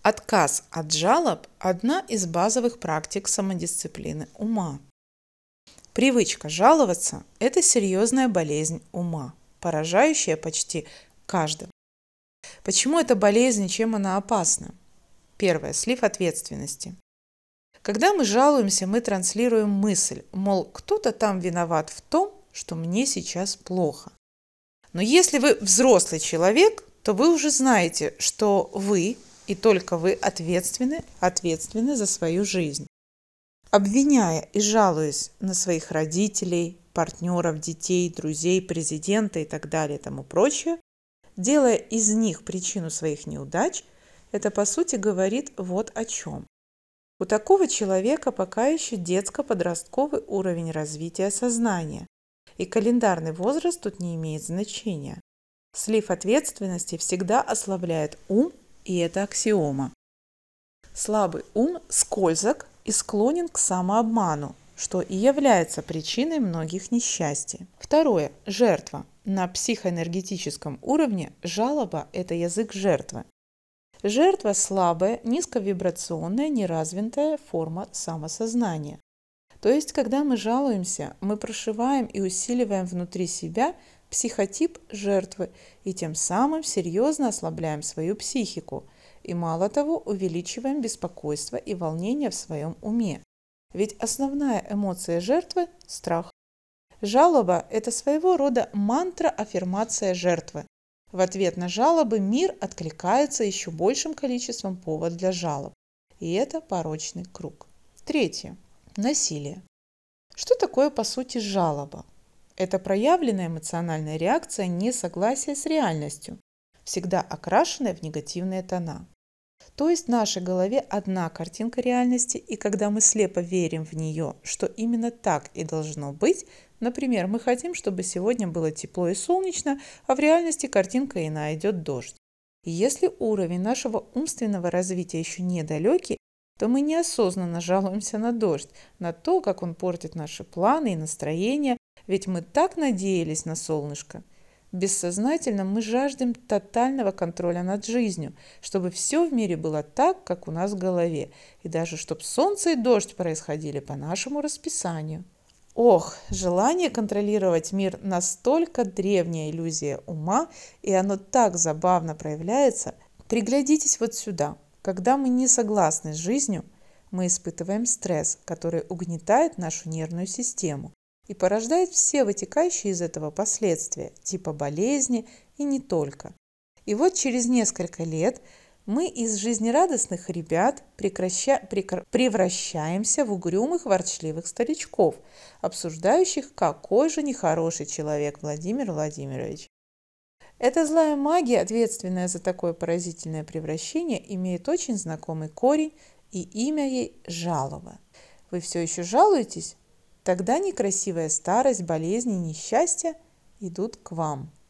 Отказ от жалоб – одна из базовых практик самодисциплины ума. Привычка жаловаться – это серьезная болезнь ума, поражающая почти каждого. Почему эта болезнь и чем она опасна? Первое – слив ответственности. Когда мы жалуемся, мы транслируем мысль, мол, кто-то там виноват в том, что мне сейчас плохо. Но если вы взрослый человек, то вы уже знаете, что вы и только вы ответственны за свою жизнь. Обвиняя и жалуясь на своих родителей, партнеров, детей, друзей, президента и так далее и тому прочее, делая из них причину своих неудач, это по сути говорит вот о чем. У такого человека пока еще детско-подростковый уровень развития сознания, и календарный возраст тут не имеет значения. Слив ответственности всегда ослабляет ум, и это аксиома. Слабый ум скользок и склонен к самообману, что и является причиной многих несчастий. Второе. Жертва. На психоэнергетическом уровне жалоба – это язык жертвы. Жертва – слабая, низковибрационная, неразвитая форма самосознания. То есть, когда мы жалуемся, мы прошиваем и усиливаем внутри себя психотип жертвы и тем самым серьезно ослабляем свою психику. И мало того, увеличиваем беспокойство и волнение в своем уме. Ведь основная эмоция жертвы – страх. Жалоба – это своего рода мантра-аффирмация жертвы. В ответ на жалобы мир откликается еще большим количеством поводов для жалоб. И это порочный круг. Третье. Насилие. Что такое по сути жалоба? Это проявленная эмоциональная реакция несогласия с реальностью, всегда окрашенная в негативные тона. То есть в нашей голове одна картинка реальности, и когда мы слепо верим в нее, что именно так и должно быть, например, мы хотим, чтобы сегодня было тепло и солнечно, а в реальности картинка иная, идет дождь. И если уровень нашего умственного развития еще недалекий, то мы неосознанно жалуемся на дождь, на то, как он портит наши планы и настроение, ведь мы так надеялись на солнышко. Бессознательно мы жаждем тотального контроля над жизнью, чтобы все в мире было так, как у нас в голове, и даже чтобы солнце и дождь происходили по нашему расписанию. Ох, желание контролировать мир настолько древняя иллюзия ума, и оно так забавно проявляется. Приглядитесь вот сюда. Когда мы не согласны с жизнью, мы испытываем стресс, который угнетает нашу нервную систему и порождает все вытекающие из этого последствия, типа болезни и не только. И вот через несколько лет мы из жизнерадостных ребят превращаемся в угрюмых, ворчливых старичков, обсуждающих, какой же нехороший человек Владимир Владимирович. Эта злая магия, ответственная за такое поразительное превращение, имеет очень знакомый корень, и имя ей – жалоба. Вы все еще жалуетесь? Тогда некрасивая старость, болезни, несчастья идут к вам.